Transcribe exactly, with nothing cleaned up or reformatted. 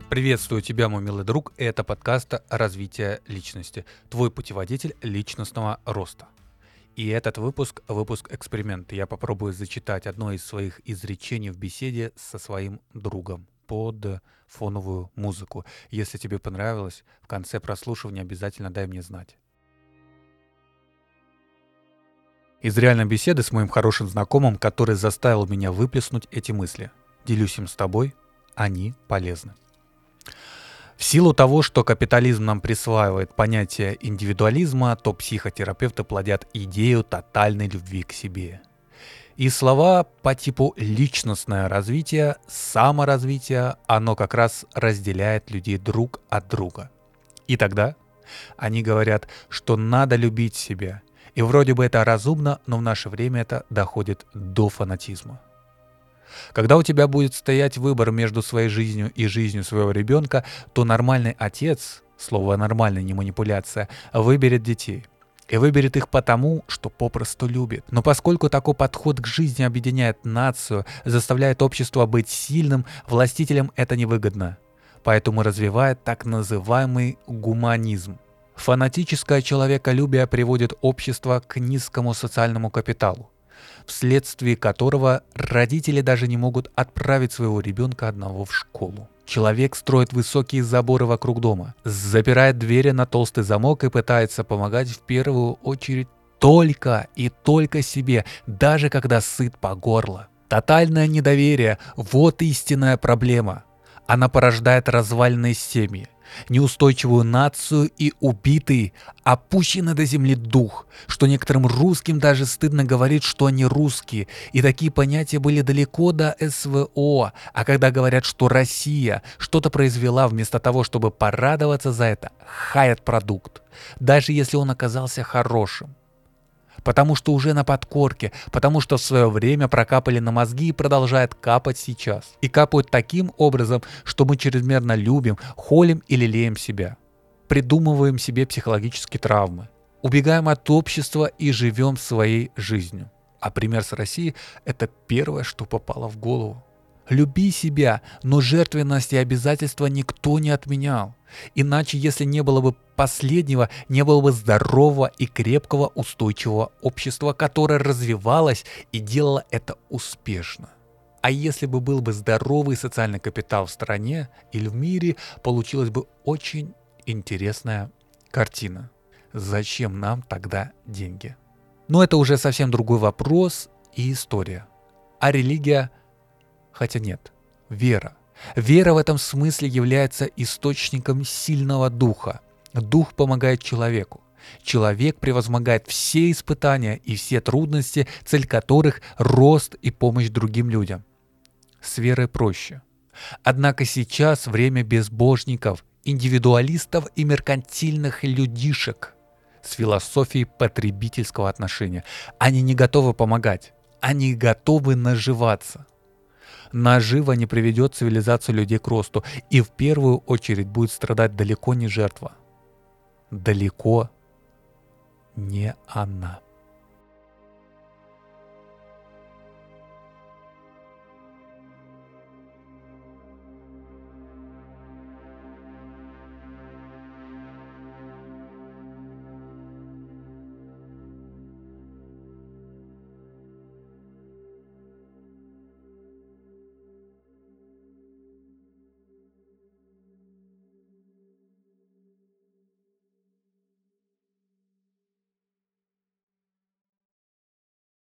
Приветствую тебя, мой милый друг. Это подкаст «Развитие личности», твой путеводитель личностного роста. И этот выпуск– выпуск эксперимент. Я попробую зачитать одно из своих изречений в беседе со своим другом под фоновую музыку. Если тебе понравилось, в конце прослушивания обязательно дай мне знать. Из реальной беседы с моим хорошим знакомым, который заставил меня выплеснуть эти мысли. Делюсь им с тобой, они полезны. В силу того, что капитализм нам присваивает понятие индивидуализма, то психотерапевты плодят идею тотальной любви к себе. И слова по типу личностное развитие, саморазвитие, оно как раз разделяет людей друг от друга. И тогда они говорят, что надо любить себя. И вроде бы это разумно, но в наше время это доходит до фанатизма. Когда у тебя будет стоять выбор между своей жизнью и жизнью своего ребенка, то нормальный отец, слово «нормальный» не манипуляция, выберет детей. И выберет их потому, что попросту любит. Но поскольку такой подход к жизни объединяет нацию, заставляет общество быть сильным, властителям это невыгодно. Поэтому развивает так называемый гуманизм. Фанатическое человеколюбие приводит общество к низкому социальному капиталу, вследствие которого родители даже не могут отправить своего ребенка одного в школу. Человек строит высокие заборы вокруг дома, запирает двери на толстый замок и пытается помогать в первую очередь только и только себе, даже когда сыт по горло. Тотальное недоверие – вот истинная проблема. Она порождает разваленные семьи, неустойчивую нацию и убитый, опущенный до земли дух, что некоторым русским даже стыдно говорить, что они русские, и такие понятия были далеко до эс вэ о, а когда говорят, что Россия что-то произвела, вместо того, чтобы порадоваться за это, хаят продукт, даже если он оказался хорошим. Потому что уже на подкорке, потому что в свое время прокапали на мозги и продолжают капать сейчас. И капают таким образом, что мы чрезмерно любим, холим и лелеем себя. Придумываем себе психологические травмы. Убегаем от общества и живем своей жизнью. А пример с Россией – это первое, что попало в голову. Люби себя, но жертвенность и обязательства никто не отменял. Иначе, если не было бы последнего, не было бы здорового и крепкого устойчивого общества, которое развивалось и делало это успешно. А если бы был бы здоровый социальный капитал в стране или в мире, получилась бы очень интересная картина. Зачем нам тогда деньги? Но это уже совсем другой вопрос и история. А религия? Хотя нет, вера. Вера в этом смысле является источником сильного духа. Дух помогает человеку. Человек превозмогает все испытания и все трудности, цель которых – рост и помощь другим людям. С верой проще. Однако сейчас время безбожников, индивидуалистов и меркантильных людишек с философией потребительского отношения. Они не готовы помогать, они готовы наживаться. Нажива не приведет цивилизацию людей к росту, и в первую очередь будет страдать далеко не жертва. Далеко не она.